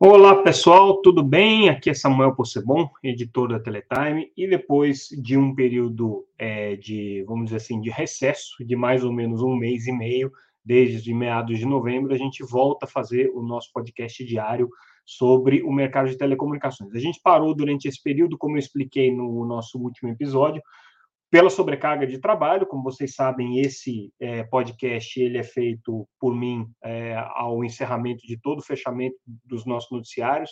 Olá pessoal, tudo bem? Aqui é Samuel Possebon, editor da Teletime, e depois de um período vamos dizer assim, de recesso de mais ou menos um mês e meio, desde meados de novembro, a gente volta a fazer o nosso podcast diário sobre o mercado de telecomunicações. A gente parou durante esse período, como eu expliquei no nosso último episódio, pela sobrecarga de trabalho. Como vocês sabem, esse podcast ele é feito por mim ao encerramento de todo o fechamento dos nossos noticiários,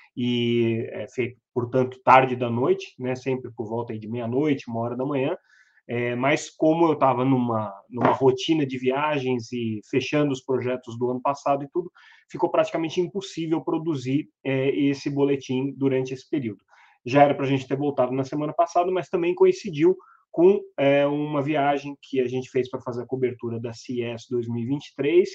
e é feito, portanto, tarde da noite, né, sempre por volta de meia-noite, 1 hora da manhã. Mas como eu estava numa rotina de viagens e fechando os projetos do ano passado e tudo, ficou praticamente impossível produzir esse boletim durante esse período. Já era para a gente ter voltado na semana passada, mas também coincidiu com uma viagem que a gente fez para fazer a cobertura da CES 2023,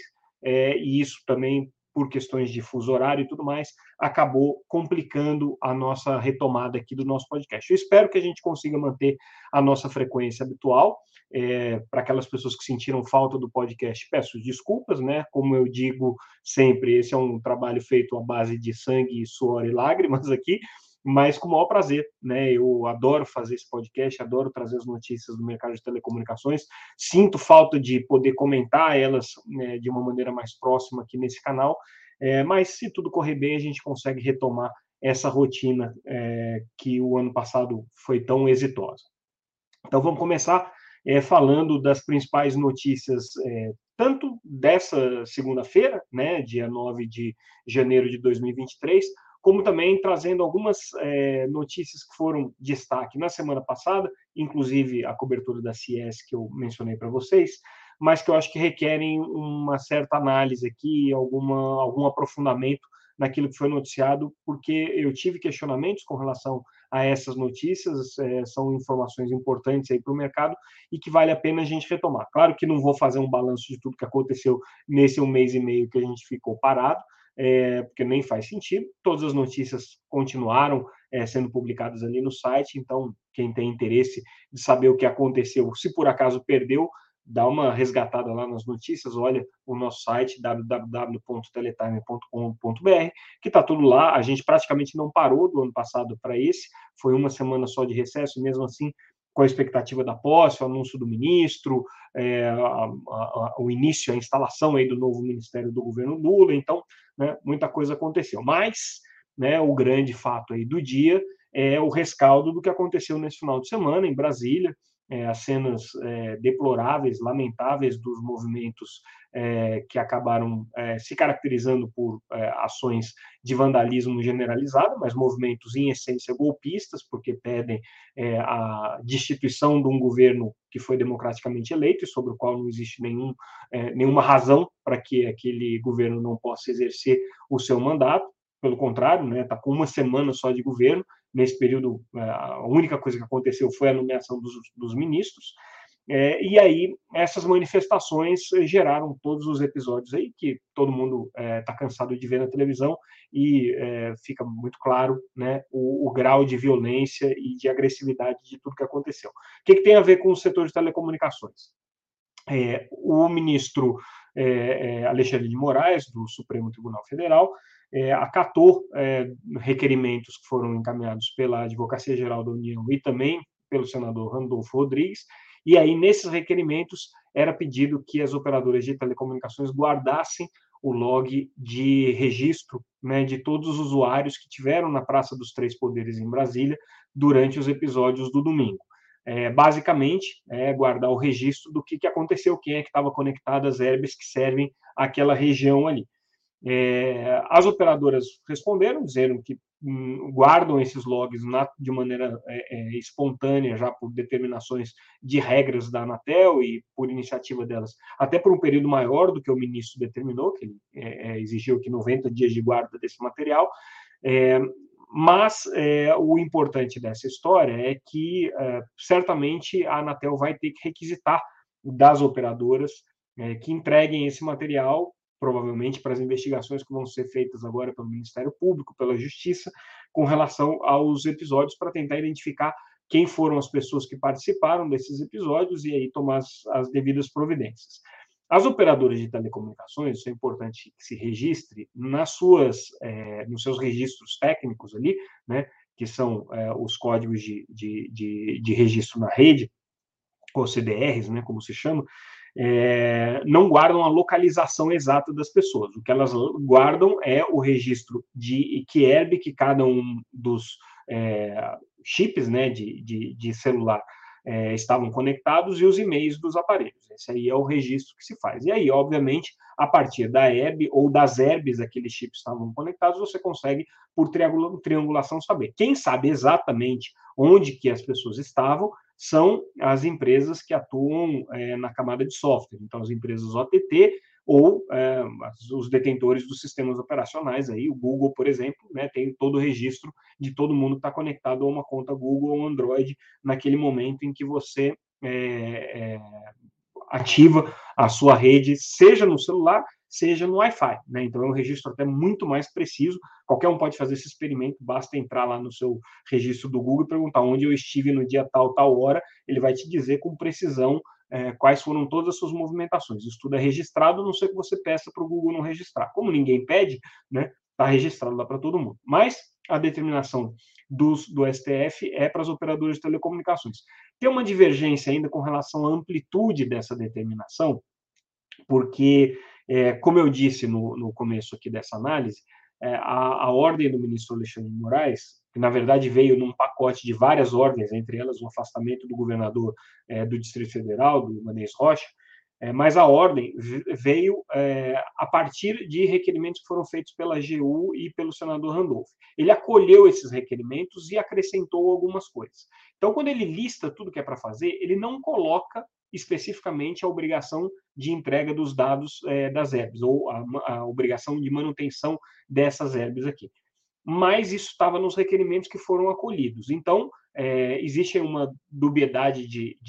e isso também, por questões de fuso horário e tudo mais, acabou complicando a nossa retomada aqui do nosso podcast. Eu espero que a gente consiga manter a nossa frequência habitual. Para aquelas pessoas que sentiram falta do podcast, peço desculpas, né? Como eu digo sempre, esse é um trabalho feito à base de sangue, suor e lágrimas aqui, mas com o maior prazer, né? Eu adoro fazer esse podcast, adoro trazer as notícias do mercado de telecomunicações, sinto falta de poder comentar elas, né, de uma maneira mais próxima aqui nesse canal, mas se tudo correr bem, a gente consegue retomar essa rotina que o ano passado foi tão exitosa. Então vamos começar falando das principais notícias, tanto dessa segunda-feira, né, dia 9 de janeiro de 2023, como também trazendo algumas notícias que foram destaque na semana passada, inclusive a cobertura da CES que eu mencionei para vocês, mas que eu acho que requerem uma certa análise aqui, algum aprofundamento naquilo que foi noticiado, porque eu tive questionamentos com relação a essas notícias, são informações importantes aí para o mercado e que vale a pena a gente retomar. Claro que não vou fazer um balanço de tudo que aconteceu nesse um mês e meio que a gente ficou parado, porque nem faz sentido. Todas as notícias continuaram sendo publicadas ali no site, então quem tem interesse de saber o que aconteceu, se por acaso perdeu, dá uma resgatada lá nas notícias, olha o nosso site www.teletime.com.br, que está tudo lá. A gente praticamente não parou do ano passado para esse, foi uma semana só de recesso, mesmo assim, com a expectativa da posse, o anúncio do ministro, o início, a instalação aí do novo ministério do governo Lula. Então, né, muita coisa aconteceu. Mas, né, o grande fato aí do dia é o rescaldo do que aconteceu nesse final de semana em Brasília, as cenas deploráveis, lamentáveis dos movimentos que acabaram se caracterizando por ações de vandalismo generalizado, mas movimentos em essência golpistas, porque pedem a destituição de um governo que foi democraticamente eleito e sobre o qual não existe nenhuma razão para que aquele governo não possa exercer o seu mandato. Pelo contrário, né, está com uma semana só de governo. Nesse período, a única coisa que aconteceu foi a nomeação dos ministros. E aí, essas manifestações geraram todos os episódios aí que todo mundo está cansado de ver na televisão, e fica muito claro, né, o grau de violência e de agressividade de tudo que aconteceu. O que tem a ver com o setor de telecomunicações? O ministro Alexandre de Moraes, do Supremo Tribunal Federal, acatou requerimentos que foram encaminhados pela Advocacia Geral da União e também pelo senador Randolfo Rodrigues, e aí, nesses requerimentos, era pedido que as operadoras de telecomunicações guardassem o log de registro, né, de todos os usuários que tiveram na Praça dos Três Poderes em Brasília durante os episódios do domingo. Basicamente, guardar o registro do que aconteceu, quem é que estava conectado às herbes que servem àquela região ali. As operadoras responderam, dizendo que guardam esses logs de maneira espontânea, já por determinações de regras da Anatel e por iniciativa delas, até por um período maior do que o ministro determinou, que ele exigiu que 90 dias de guarda desse material. Mas o importante dessa história é que certamente a Anatel vai ter que requisitar das operadoras que entreguem esse material, provavelmente para as investigações que vão ser feitas agora pelo Ministério Público, pela Justiça, com relação aos episódios, para tentar identificar quem foram as pessoas que participaram desses episódios e aí tomar as devidas providências. As operadoras de telecomunicações, isso é importante que se registre nos seus registros técnicos ali, né, que são os códigos de registro na rede, ou CDRs, né, como se chama, não guardam a localização exata das pessoas. O que elas guardam é o registro de IKERB que cada um dos chips, né, de celular estavam conectados e os e-mails dos aparelhos. Esse aí é o registro que se faz. E aí, obviamente, a partir da ERB ou das ERBs aqueles chips estavam conectados, você consegue, por triangulação, saber. Quem sabe exatamente onde que as pessoas estavam são as empresas que atuam na camada de software. Então, as empresas OTT ou os detentores dos sistemas operacionais. Aí, o Google, por exemplo, né, tem todo o registro de todo mundo que está conectado a uma conta Google ou Android naquele momento em que você ativa a sua rede, seja no celular, seja no Wi-Fi, né? Então é um registro até muito mais preciso. Qualquer um pode fazer esse experimento, basta entrar lá no seu registro do Google e perguntar onde eu estive no dia tal, tal hora, ele vai te dizer com precisão quais foram todas as suas movimentações. Isso tudo é registrado, a não ser que você peça para o Google não registrar. Como ninguém pede, né, está registrado lá para todo mundo. Mas a determinação do STF é para as operadoras de telecomunicações. Tem uma divergência ainda com relação à amplitude dessa determinação, porque, como eu disse no começo aqui dessa análise, a ordem do ministro Alexandre de Moraes, que na verdade veio num pacote de várias ordens, entre elas o afastamento do governador do Distrito Federal, do Ibanez Rocha, mas a ordem veio a partir de requerimentos que foram feitos pela AGU e pelo senador Randolph. Ele acolheu esses requerimentos e acrescentou algumas coisas. Então, quando ele lista tudo que é para fazer, ele não coloca especificamente a obrigação de entrega dos dados das ERBs, ou a obrigação de manutenção dessas ERBs aqui. Mas isso estava nos requerimentos que foram acolhidos. Então, existe uma dubiedade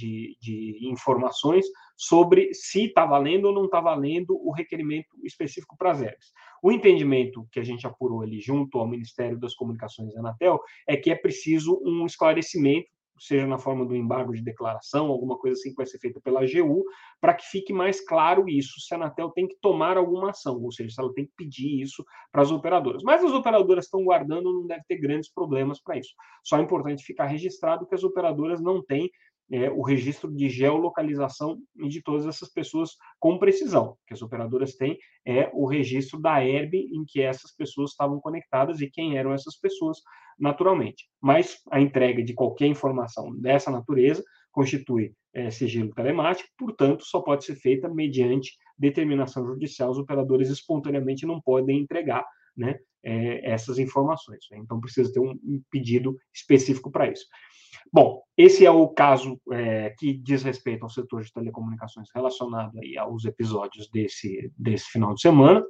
de informações sobre se está valendo ou não está valendo o requerimento específico para as ERBs. O entendimento que a gente apurou ali junto ao Ministério das Comunicações e Anatel é que é preciso um esclarecimento, seja na forma do embargo de declaração, alguma coisa assim que vai ser feita pela AGU, para que fique mais claro isso, se a Anatel tem que tomar alguma ação, ou seja, se ela tem que pedir isso para as operadoras. Mas as operadoras estão guardando, não deve ter grandes problemas para isso. Só é importante ficar registrado que as operadoras não têm o registro de geolocalização de todas essas pessoas com precisão. O que as operadoras têm é o registro da ERB em que essas pessoas estavam conectadas e quem eram essas pessoas, naturalmente. Mas a entrega de qualquer informação dessa natureza constitui sigilo telemático, portanto, só pode ser feita mediante determinação judicial. Os operadores espontaneamente não podem entregar, né, essas informações. Então, precisa ter um pedido específico para isso. Bom, esse é o caso que diz respeito ao setor de telecomunicações relacionado aí aos episódios desse final de semana.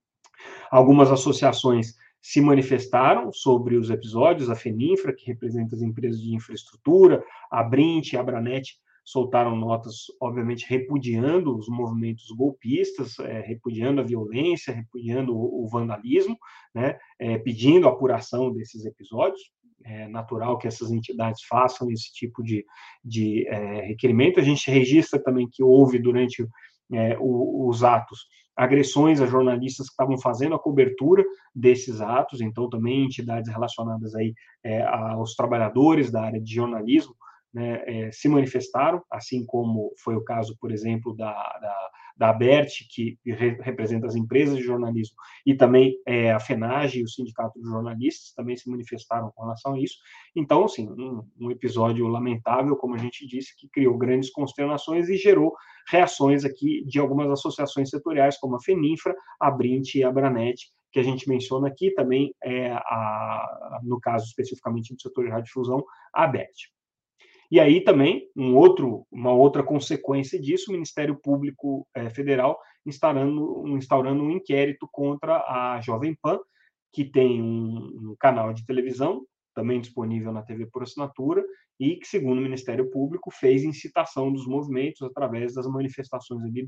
Algumas associações se manifestaram sobre os episódios, a FENINFRA, que representa as empresas de infraestrutura, a Brint e a Abranet soltaram notas, obviamente, repudiando os movimentos golpistas, repudiando a violência, repudiando o vandalismo, né, pedindo a apuração desses episódios. É natural que essas entidades façam esse tipo de requerimento. A gente registra também que houve, durante os atos, agressões a jornalistas que estavam fazendo a cobertura desses atos, então também entidades relacionadas aí aos trabalhadores da área de jornalismo, né, se manifestaram, assim como foi o caso, por exemplo, da ABERT, que representa as empresas de jornalismo, e também a FENAGE e o Sindicato dos Jornalistas também se manifestaram com relação a isso. Então, assim, um episódio lamentável, como a gente disse, que criou grandes consternações e gerou reações aqui de algumas associações setoriais, como a FENINFRA, a Brint e a Abranet, que a gente menciona aqui, também, no caso especificamente do setor de radiodifusão, a ABERT. E aí também, uma outra consequência disso, o Ministério Público Federal instaurando um inquérito contra a Jovem Pan, que tem um canal de televisão, também disponível na TV por assinatura, e que, segundo o Ministério Público, fez incitação dos movimentos através das manifestações ali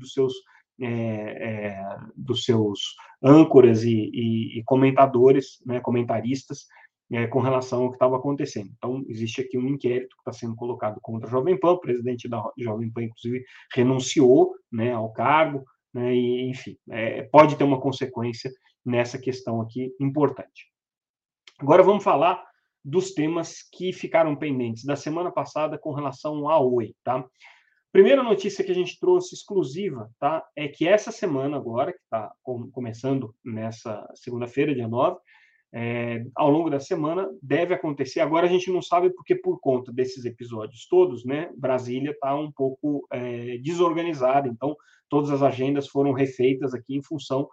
dos seus âncoras e comentadores, né, comentaristas, com relação ao que estava acontecendo. Então, existe aqui um inquérito que está sendo colocado contra a Jovem Pan, o presidente da Jovem Pan, inclusive, renunciou, né, ao cargo, né? E, enfim, pode ter uma consequência nessa questão aqui importante. Agora vamos falar dos temas que ficaram pendentes da semana passada com relação à Oi, tá? Primeira notícia que a gente trouxe exclusiva, tá? É que essa semana agora, que está começando nessa segunda-feira, dia 9, ao longo da semana deve acontecer. Agora a gente não sabe porque por conta desses episódios todos, né? Brasília está um pouco desorganizada, então todas as agendas foram refeitas aqui em função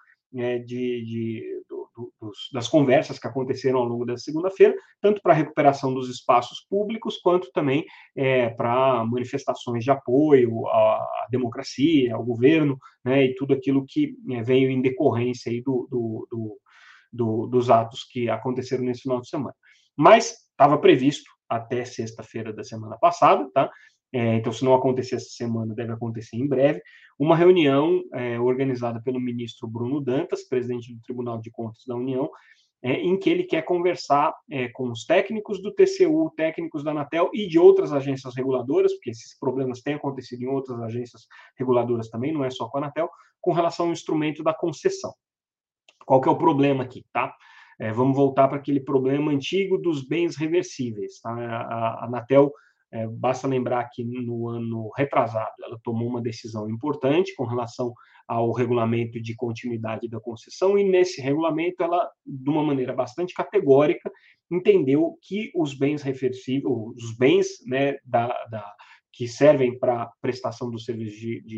das conversas que aconteceram ao longo da segunda-feira, tanto para a recuperação dos espaços públicos, quanto também para manifestações de apoio à democracia, ao governo, né, e tudo aquilo que veio em decorrência aí dos atos que aconteceram nesse final de semana. Mas estava previsto até sexta-feira da semana passada, tá? Então, se não acontecer essa semana, deve acontecer em breve, uma reunião organizada pelo ministro Bruno Dantas, presidente do Tribunal de Contas da União, em que ele quer conversar com os técnicos do TCU, técnicos da Anatel e de outras agências reguladoras, porque esses problemas têm acontecido em outras agências reguladoras também, não é só com a Anatel, com relação ao instrumento da concessão. Qual que é o problema aqui, tá? Vamos voltar para aquele problema antigo dos bens reversíveis, tá? A Anatel, basta lembrar que no ano retrasado ela tomou uma decisão importante com relação ao regulamento de continuidade da concessão, e nesse regulamento ela, de uma maneira bastante categórica, entendeu que os bens reversíveis, os bens, né, que servem para prestação do serviço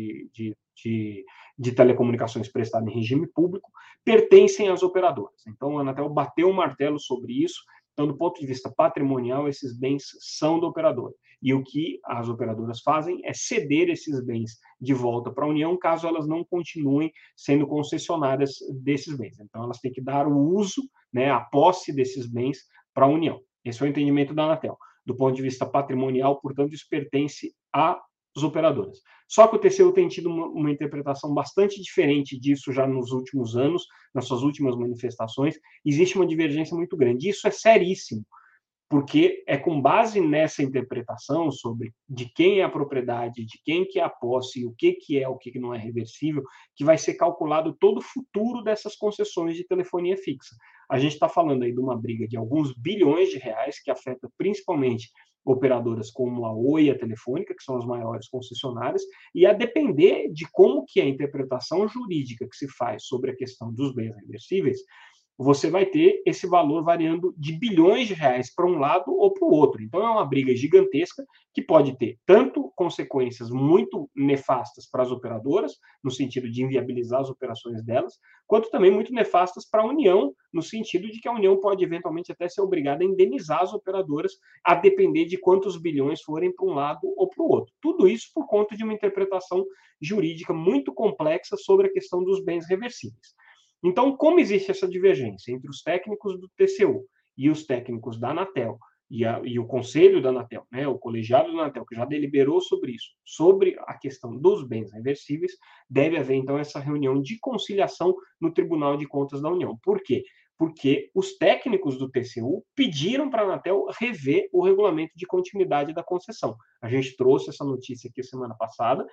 de telecomunicações prestado em regime público, pertencem às operadoras. Então, a Anatel bateu o martelo sobre isso. Então, do ponto de vista patrimonial, esses bens são da operadora. E o que as operadoras fazem é ceder esses bens de volta para a União, caso elas não continuem sendo concessionárias desses bens. Então, elas têm que dar o uso, né, a posse desses bens para a União. Esse é o entendimento da Anatel. Do ponto de vista patrimonial, portanto, isso pertence às operadoras. Só que o TCU tem tido uma interpretação bastante diferente disso já nos últimos anos, nas suas últimas manifestações. Existe uma divergência muito grande. Isso é seríssimo, porque é com base nessa interpretação sobre de quem é a propriedade, de quem que é a posse, o que é, o que não é reversível, que vai ser calculado todo o futuro dessas concessões de telefonia fixa. A gente está falando aí de uma briga de alguns bilhões de reais, que afeta principalmente operadoras como a Oi e a Telefônica, que são as maiores concessionárias, e a depender de como que é a interpretação jurídica que se faz sobre a questão dos bens reversíveis, você vai ter esse valor variando de bilhões de reais para um lado ou para o outro. Então, é uma briga gigantesca que pode ter tanto consequências muito nefastas para as operadoras, no sentido de inviabilizar as operações delas, quanto também muito nefastas para a União, no sentido de que a União pode eventualmente até ser obrigada a indenizar as operadoras, a depender de quantos bilhões forem para um lado ou para o outro. Tudo isso por conta de uma interpretação jurídica muito complexa sobre a questão dos bens reversíveis. Então, como existe essa divergência entre os técnicos do TCU e os técnicos da Anatel, e o conselho da Anatel, né, o colegiado da Anatel, que já deliberou sobre isso, sobre a questão dos bens reversíveis, deve haver, então, essa reunião de conciliação no Tribunal de Contas da União. Por quê? Porque os técnicos do TCU pediram para a Anatel rever o regulamento de continuidade da concessão. A gente trouxe essa notícia aqui semana passada.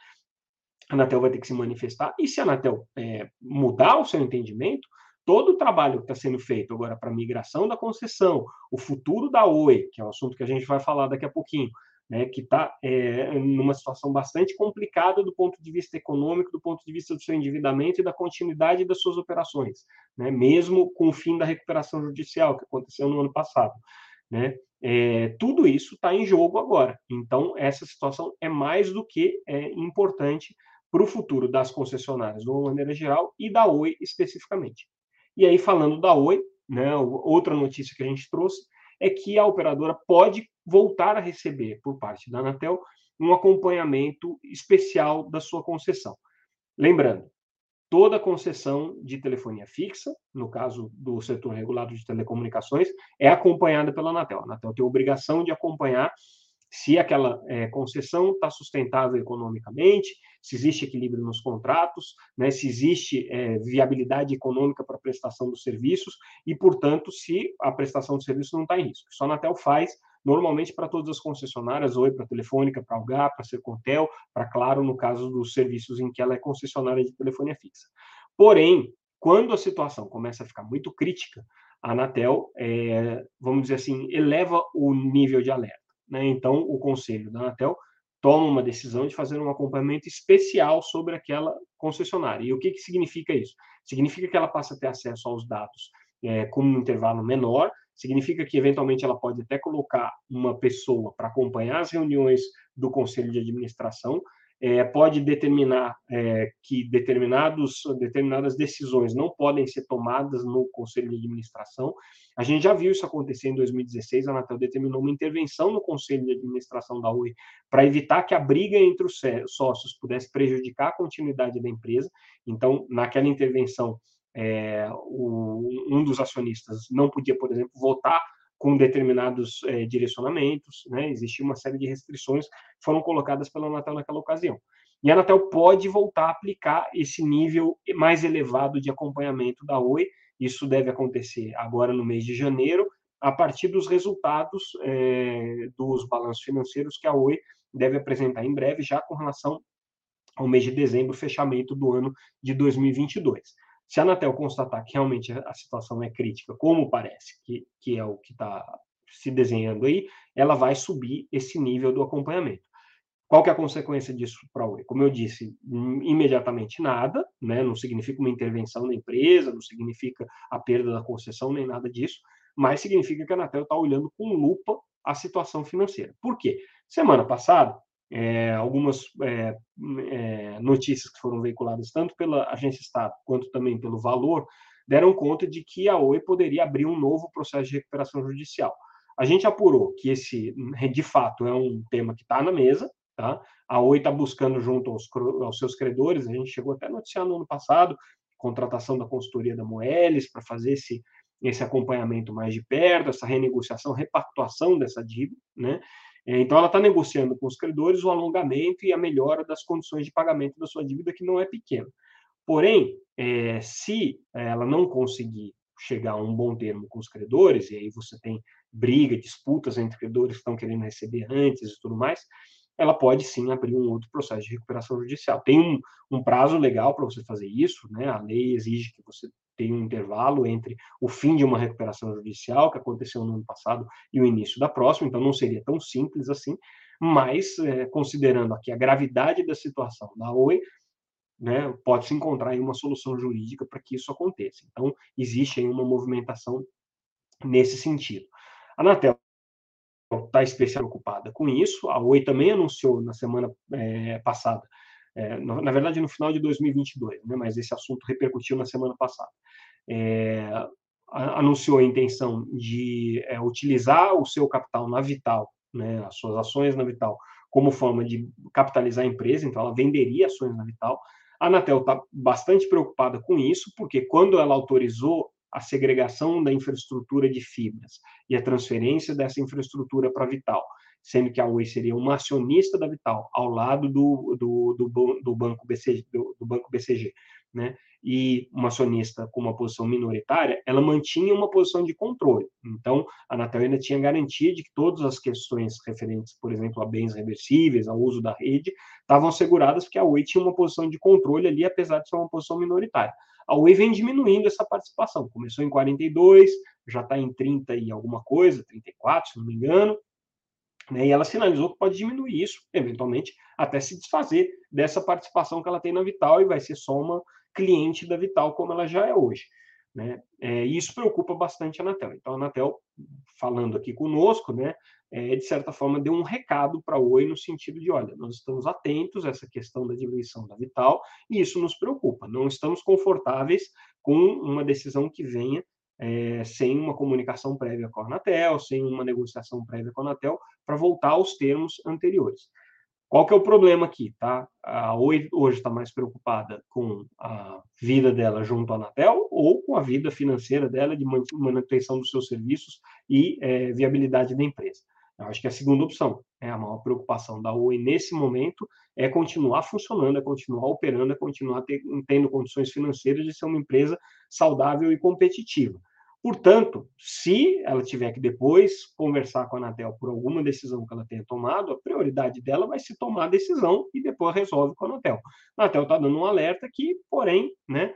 A Anatel vai ter que se manifestar, e se a Anatel mudar o seu entendimento, todo o trabalho que está sendo feito agora para a migração da concessão, o futuro da Oi, que é um assunto que a gente vai falar daqui a pouquinho, né, que está numa situação bastante complicada do ponto de vista econômico, do ponto de vista do seu endividamento e da continuidade das suas operações, né, mesmo com o fim da recuperação judicial, que aconteceu no ano passado. Né? Tudo isso está em jogo agora. Então, essa situação é mais do que importante para o futuro das concessionárias de uma maneira geral e da Oi especificamente. E aí, falando da Oi, né, outra notícia que a gente trouxe é que a operadora pode voltar a receber, por parte da Anatel, um acompanhamento especial da sua concessão. Lembrando, toda concessão de telefonia fixa, no caso do setor regulado de telecomunicações, é acompanhada pela Anatel. A Anatel tem a obrigação de acompanhar se aquela concessão está sustentável economicamente, se existe equilíbrio nos contratos, né, se existe viabilidade econômica para a prestação dos serviços e, portanto, se a prestação do serviço não está em risco. Isso a Anatel faz normalmente para todas as concessionárias, Oi para Telefônica, para Algar, para Sercontel, para Claro, no caso dos serviços em que ela é concessionária de telefonia fixa. Porém, quando a situação começa a ficar muito crítica, a Anatel, vamos dizer assim, eleva o nível de alerta, né? Então, o conselho da Anatel toma uma decisão de fazer um acompanhamento especial sobre aquela concessionária. E o que significa isso? Significa que ela passa a ter acesso aos dados com um intervalo menor, significa que, eventualmente, ela pode até colocar uma pessoa para acompanhar as reuniões do conselho de administração, pode determinar que determinadas decisões não podem ser tomadas no conselho de administração. A gente já viu isso acontecer em 2016, a Anatel determinou uma intervenção no conselho de administração da Oi para evitar que a briga entre os sócios pudesse prejudicar a continuidade da empresa. Então, naquela intervenção, um dos acionistas não podia, por exemplo, votar com determinados direcionamentos, né? Existia uma série de restrições que foram colocadas pela Anatel naquela ocasião. E a Anatel pode voltar a aplicar esse nível mais elevado de acompanhamento da Oi. Isso deve acontecer agora no mês de janeiro, a partir dos resultados dos balanços financeiros que a Oi deve apresentar em breve, já com relação ao mês de dezembro, fechamento do ano de 2022. Se a Anatel constatar que realmente a situação é crítica, como parece que é o que está se desenhando aí, ela vai subir esse nível do acompanhamento. Qual que é a consequência disso para a Oi? Como eu disse, imediatamente nada, né? Não significa uma intervenção na empresa, não significa a perda da concessão, nem nada disso, mas significa que a Anatel está olhando com lupa a situação financeira. Por quê? Semana passada, algumas notícias que foram veiculadas tanto pela Agência Estado quanto também pelo Valor deram conta de que a Oi poderia abrir um novo processo de recuperação judicial. A gente apurou que esse, de fato, é um tema que está na mesa, tá? A Oi está buscando junto aos seus credores, a gente chegou até a noticiar no ano passado, contratação da consultoria da Moelis para fazer esse acompanhamento mais de perto, essa renegociação, repactuação dessa dívida, né? Então, ela está negociando com os credores o alongamento e a melhora das condições de pagamento da sua dívida, que não é pequena. Porém, se ela não conseguir chegar a um bom termo com os credores, e aí você tem briga, disputas entre credores que estão querendo receber antes e tudo mais, ela pode sim abrir um outro processo de recuperação judicial. Tem um prazo legal para você fazer isso, né? A lei exige que você tenha um intervalo entre o fim de uma recuperação judicial, que aconteceu no ano passado, e o início da próxima, então não seria tão simples assim, mas, considerando aqui a gravidade da situação da Oi, né, pode-se encontrar aí uma solução jurídica para que isso aconteça. Então, existe aí uma movimentação nesse sentido. A Anatel está especialmente preocupada com isso. A Oi também anunciou na semana passada, na verdade no final de 2022, né, mas esse assunto repercutiu na semana passada. Anunciou a intenção de utilizar o seu capital na Vital, né, as suas ações na Vital, como forma de capitalizar a empresa, então ela venderia ações na Vital. A Anatel está bastante preocupada com isso, porque quando ela autorizou a segregação da infraestrutura de fibras e a transferência dessa infraestrutura para a Vital, sendo que a Oi seria uma acionista da Vital, ao lado do Banco BCG, né? E uma acionista com uma posição minoritária, ela mantinha uma posição de controle. Então, a Anatel ainda tinha garantia de que todas as questões referentes, por exemplo, a bens reversíveis, ao uso da rede, estavam asseguradas porque a Oi tinha uma posição de controle ali, apesar de ser uma posição minoritária. A Oi vem diminuindo essa participação. Começou em 42, já está em 30 e alguma coisa, 34, se não me engano, né? E ela sinalizou que pode diminuir isso, eventualmente, até se desfazer dessa participação que ela tem na Vital e vai ser só uma cliente da Vital, como ela já é hoje, né? E isso preocupa bastante a Anatel. Então, a Anatel, falando aqui conosco, né, de certa forma, deu um recado para a Oi no sentido de, olha, nós estamos atentos a essa questão da diluição da Vital e isso nos preocupa. Não estamos confortáveis com uma decisão que venha sem uma comunicação prévia com a Anatel, sem uma negociação prévia com a Anatel, para voltar aos termos anteriores. Qual que é o problema aqui, tá? A Oi hoje está mais preocupada com a vida dela junto à Anatel ou com a vida financeira dela de manutenção dos seus serviços e viabilidade da empresa. Eu acho que a segunda opção, a maior preocupação da Oi nesse momento é continuar funcionando, é continuar operando, é continuar tendo condições financeiras de ser uma empresa saudável e competitiva. Portanto, se ela tiver que depois conversar com a Anatel por alguma decisão que ela tenha tomado, a prioridade dela vai se tomar a decisão e depois resolve com a Anatel. A Anatel está dando um alerta que, porém, né,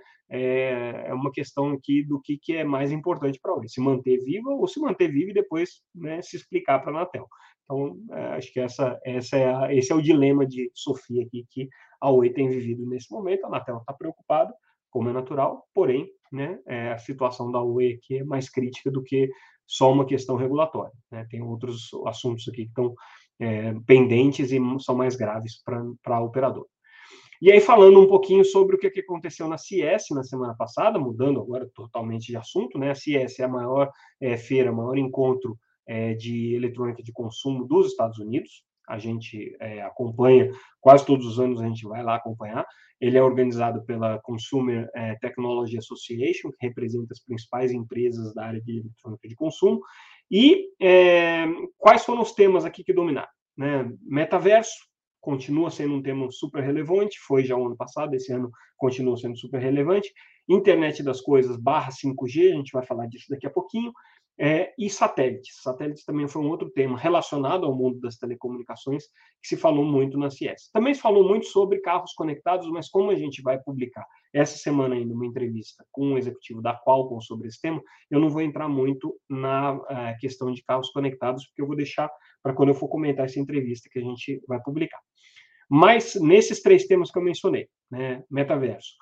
é uma questão aqui do que é mais importante para a Oi, se manter viva ou se manter viva e depois, né, se explicar para a Anatel. Então, acho que esse é o dilema de Sofia aqui que a Oi tem vivido nesse momento. A Anatel está preocupada, como é natural, porém, né, a situação da Oi aqui é mais crítica do que só uma questão regulatória. Né? Tem outros assuntos aqui que estão pendentes e são mais graves para a operadora. E aí, falando um pouquinho sobre o que aconteceu na CES na semana passada, mudando agora totalmente de assunto, né? A CES é a maior feira, maior encontro de eletrônica de consumo dos Estados Unidos. A gente acompanha, quase todos os anos a gente vai lá acompanhar. Ele é organizado pela Consumer Technology Association, que representa as principais empresas da área de eletrônica de consumo. E quais foram os temas aqui que dominaram? Né? Metaverso, continua sendo um tema super relevante, foi já o ano passado, esse ano continua sendo super relevante. Internet das coisas barra 5G, a gente vai falar disso daqui a pouquinho. E satélites. Satélites também foi um outro tema relacionado ao mundo das telecomunicações que se falou muito na CES. Também se falou muito sobre carros conectados, mas como a gente vai publicar essa semana ainda uma entrevista com um executivo da Qualcomm sobre esse tema, eu não vou entrar muito na questão de carros conectados, porque eu vou deixar para quando eu for comentar essa entrevista que a gente vai publicar. Mas nesses três temas que eu mencionei, né, metaverso,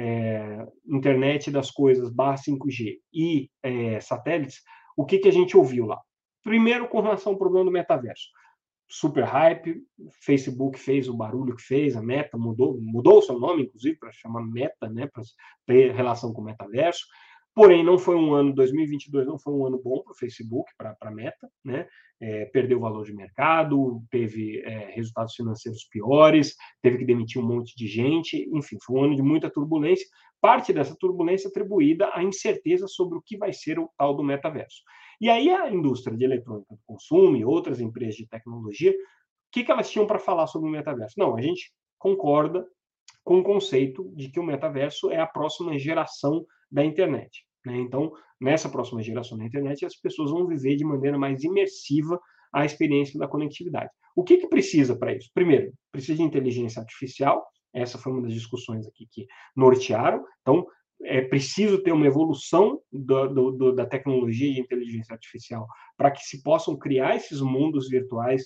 internet das coisas, barra 5G e satélites, o que a gente ouviu lá? Primeiro, com relação ao problema do metaverso. Super hype, Facebook fez o barulho que fez, a Meta mudou o seu nome, inclusive, para chamar Meta, né, para ter relação com o metaverso. Porém, não foi um ano, 2022 não foi um ano bom para o Facebook, para a Meta, né? Perdeu valor de mercado, teve resultados financeiros piores, teve que demitir um monte de gente, enfim, foi um ano de muita turbulência, parte dessa turbulência atribuída à incerteza sobre o que vai ser o tal do metaverso. E aí a indústria de eletrônica do consumo e outras empresas de tecnologia, o que elas tinham para falar sobre o metaverso? Não, a gente concorda com o conceito de que o metaverso é a próxima geração da internet. Né? Então, nessa próxima geração da internet, as pessoas vão viver de maneira mais imersiva a experiência da conectividade. O que precisa para isso? Primeiro, precisa de inteligência artificial. Essa foi uma das discussões aqui que nortearam. Então, é preciso ter uma evolução da tecnologia de inteligência artificial para que se possam criar esses mundos virtuais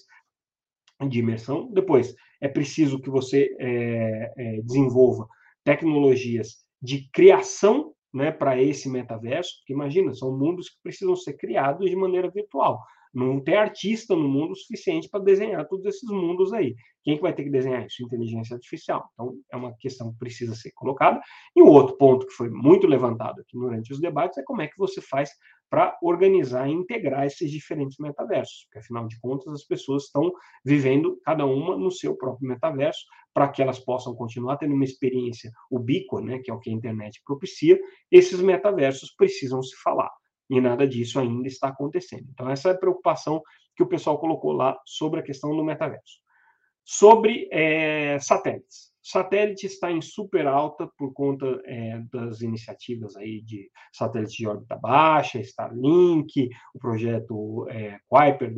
de imersão. Depois, é preciso que você desenvolva tecnologias de criação, né, para esse metaverso, porque imagina, são mundos que precisam ser criados de maneira virtual. Não tem artista no mundo suficiente para desenhar todos esses mundos aí. Quem que vai ter que desenhar isso? Inteligência artificial. Então, é uma questão que precisa ser colocada. E o outro ponto que foi muito levantado aqui durante os debates é como é que você faz para organizar e integrar esses diferentes metaversos, porque, afinal de contas, as pessoas estão vivendo cada uma no seu próprio metaverso, para que elas possam continuar tendo uma experiência ubíqua, né, que é o que a internet propicia. Esses metaversos precisam se falar, e nada disso ainda está acontecendo. Então, essa é a preocupação que o pessoal colocou lá sobre a questão do metaverso. Sobre satélites. Satélite está em super alta por conta das iniciativas aí de satélites de órbita baixa, Starlink, o projeto Kuiper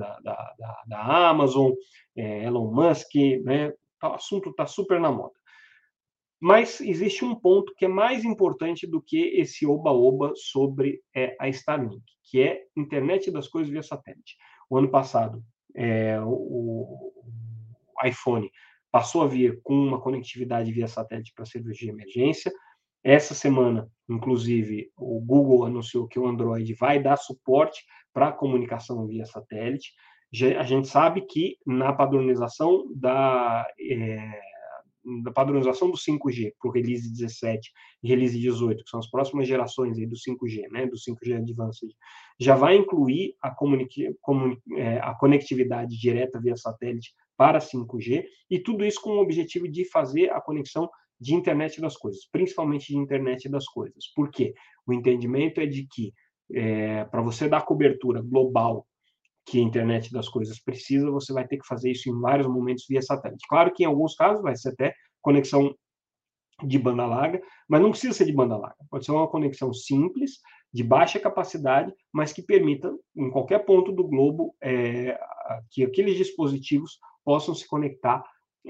da Amazon, Elon Musk, né? O assunto está super na moda. Mas existe um ponto que é mais importante do que esse oba-oba sobre a Starlink, que é internet das coisas via satélite. O ano passado, o iPhone passou a vir com uma conectividade via satélite para serviço de emergência. Essa semana, inclusive, o Google anunciou que o Android vai dar suporte para comunicação via satélite. A gente sabe que na padronização da padronização do 5G para o release 17 e release 18, que são as próximas gerações aí do 5G, né, do 5G Advanced, já vai incluir a conectividade direta via satélite para 5G, e tudo isso com o objetivo de fazer a conexão de internet das coisas, principalmente de internet das coisas. Por quê? O entendimento é de que, para você dar cobertura global que a internet das coisas precisa, você vai ter que fazer isso em vários momentos via satélite. Claro que em alguns casos vai ser até conexão de banda larga, mas não precisa ser de banda larga. Pode ser uma conexão simples, de baixa capacidade, mas que permita, em qualquer ponto do globo, que aqueles dispositivos possam se conectar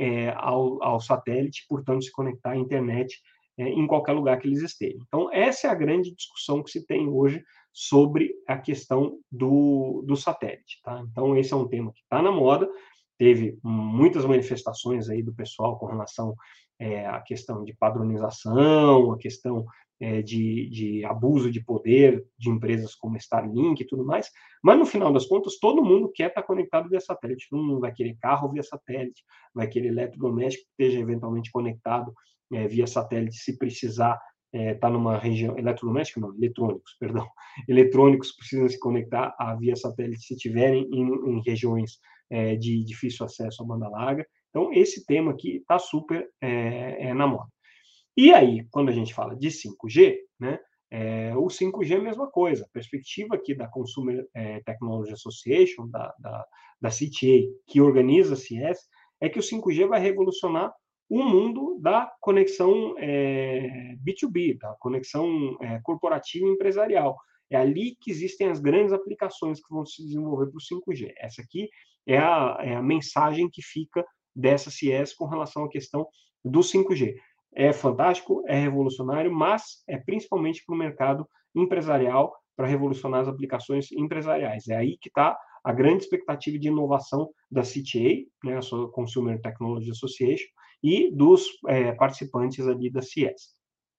ao satélite, portanto, se conectar à internet em qualquer lugar que eles estejam. Então, essa é a grande discussão que se tem hoje sobre a questão do satélite. Tá? Então, esse é um tema que está na moda, teve muitas manifestações aí do pessoal com relação à questão de padronização, a questão de abuso de poder de empresas como Starlink e tudo mais, mas no final das contas, todo mundo quer estar conectado via satélite, todo mundo vai querer carro via satélite, vai querer eletrodoméstico que esteja eventualmente conectado via satélite se precisar estar numa região, eletrodoméstico não, eletrônicos, perdão, eletrônicos precisam se conectar via satélite se estiverem em regiões de difícil acesso à banda larga. Então, esse tema aqui está super na moda. E aí, quando a gente fala de 5G, né, o 5G é a mesma coisa. A perspectiva aqui da Consumer Technology Association, da CTA, que organiza a CES, é que o 5G vai revolucionar o mundo da conexão B2B, da conexão corporativa e empresarial. É ali que existem as grandes aplicações que vão se desenvolver para o 5G. Essa aqui é a mensagem que fica dessa CES com relação à questão do 5G. É fantástico, é revolucionário, mas é principalmente para o mercado empresarial, para revolucionar as aplicações empresariais. É aí que está a grande expectativa de inovação da CTA, né, a Consumer Technology Association, e dos participantes ali da CES.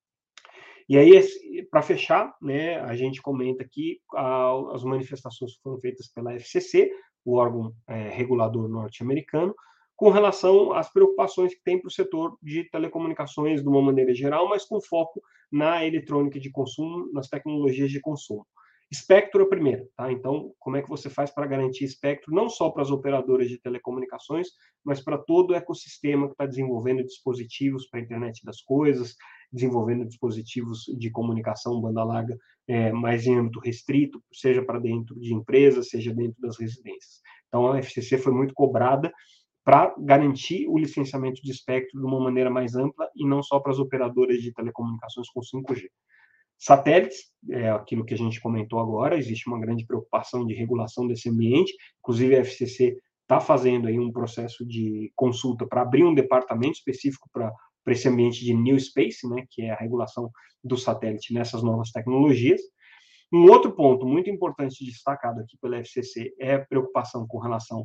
E aí, para fechar, né, a gente comenta aqui as manifestações que foram feitas pela FCC, o órgão regulador norte-americano, com relação às preocupações que tem para o setor de telecomunicações de uma maneira geral, mas com foco na eletrônica de consumo, nas tecnologias de consumo. Espectro é o primeiro, tá? Então, como é que você faz para garantir espectro, não só para as operadoras de telecomunicações, mas para todo o ecossistema que está desenvolvendo dispositivos para a internet das coisas, desenvolvendo dispositivos de comunicação banda larga mais em âmbito restrito, seja para dentro de empresas, seja dentro das residências. Então, a FCC foi muito cobrada para garantir o licenciamento de espectro de uma maneira mais ampla e não só para as operadoras de telecomunicações com 5G. Satélites, é aquilo que a gente comentou agora, existe uma grande preocupação de regulação desse ambiente, inclusive a FCC está fazendo aí um processo de consulta para abrir um departamento específico para esse ambiente de New Space, né, que é a regulação do satélite nessas novas tecnologias. Um outro ponto muito importante destacado aqui pela FCC é a preocupação com relação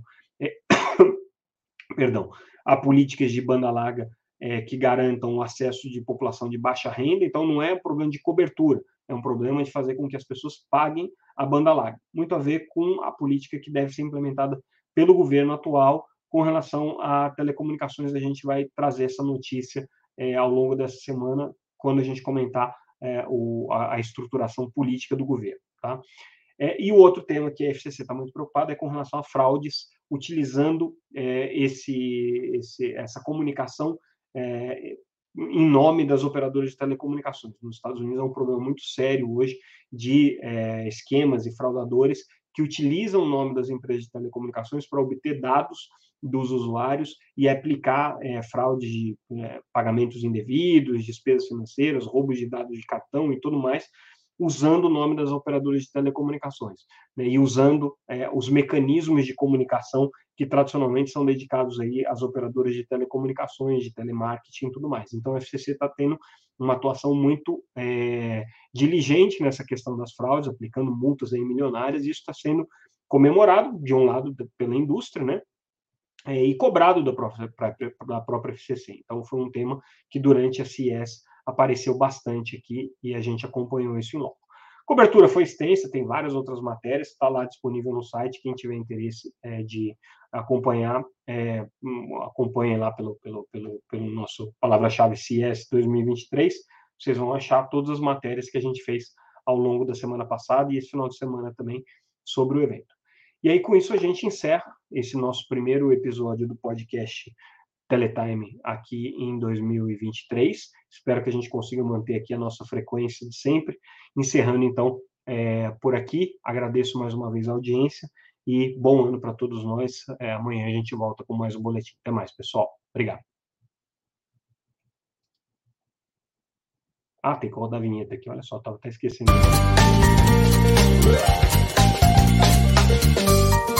a políticas de banda larga que garantam o acesso de população de baixa renda, então não é um problema de cobertura, é um problema de fazer com que as pessoas paguem a banda larga. Muito a ver com a política que deve ser implementada pelo governo atual com relação a telecomunicações. A gente vai trazer essa notícia ao longo dessa semana, quando a gente comentar a estruturação política do governo. Tá? E o outro tema que a FCC está muito preocupada é com relação a fraudes, utilizando essa comunicação em nome das operadoras de telecomunicações. Nos Estados Unidos é um problema muito sério hoje de esquemas e fraudadores que utilizam o nome das empresas de telecomunicações para obter dados dos usuários e aplicar fraudes de pagamentos indevidos, despesas financeiras, roubos de dados de cartão e tudo mais, usando o nome das operadoras de telecomunicações, né, e usando os mecanismos de comunicação que tradicionalmente são dedicados aí às operadoras de telecomunicações, de telemarketing e tudo mais. Então, a FCC está tendo uma atuação muito diligente nessa questão das fraudes, aplicando multas aí milionárias, e isso está sendo comemorado, de um lado, pela indústria, né, e cobrado da própria FCC. Então, foi um tema que, durante a CES, apareceu bastante aqui e a gente acompanhou isso em loco. A cobertura foi extensa, tem várias outras matérias, está lá disponível no site, quem tiver interesse de acompanhar, acompanhe lá pelo nosso palavra-chave CES 2023, vocês vão achar todas as matérias que a gente fez ao longo da semana passada e esse final de semana também sobre o evento. E aí, com isso, a gente encerra esse nosso primeiro episódio do podcast Teletime aqui em 2023. Espero que a gente consiga manter aqui a nossa frequência de sempre. Encerrando, então, por aqui. Agradeço mais uma vez a audiência e bom ano para todos nós. Amanhã a gente volta com mais um boletim. Até mais, pessoal. Obrigado. Ah, tem que rodar a vinheta aqui, olha só, tava até esquecendo.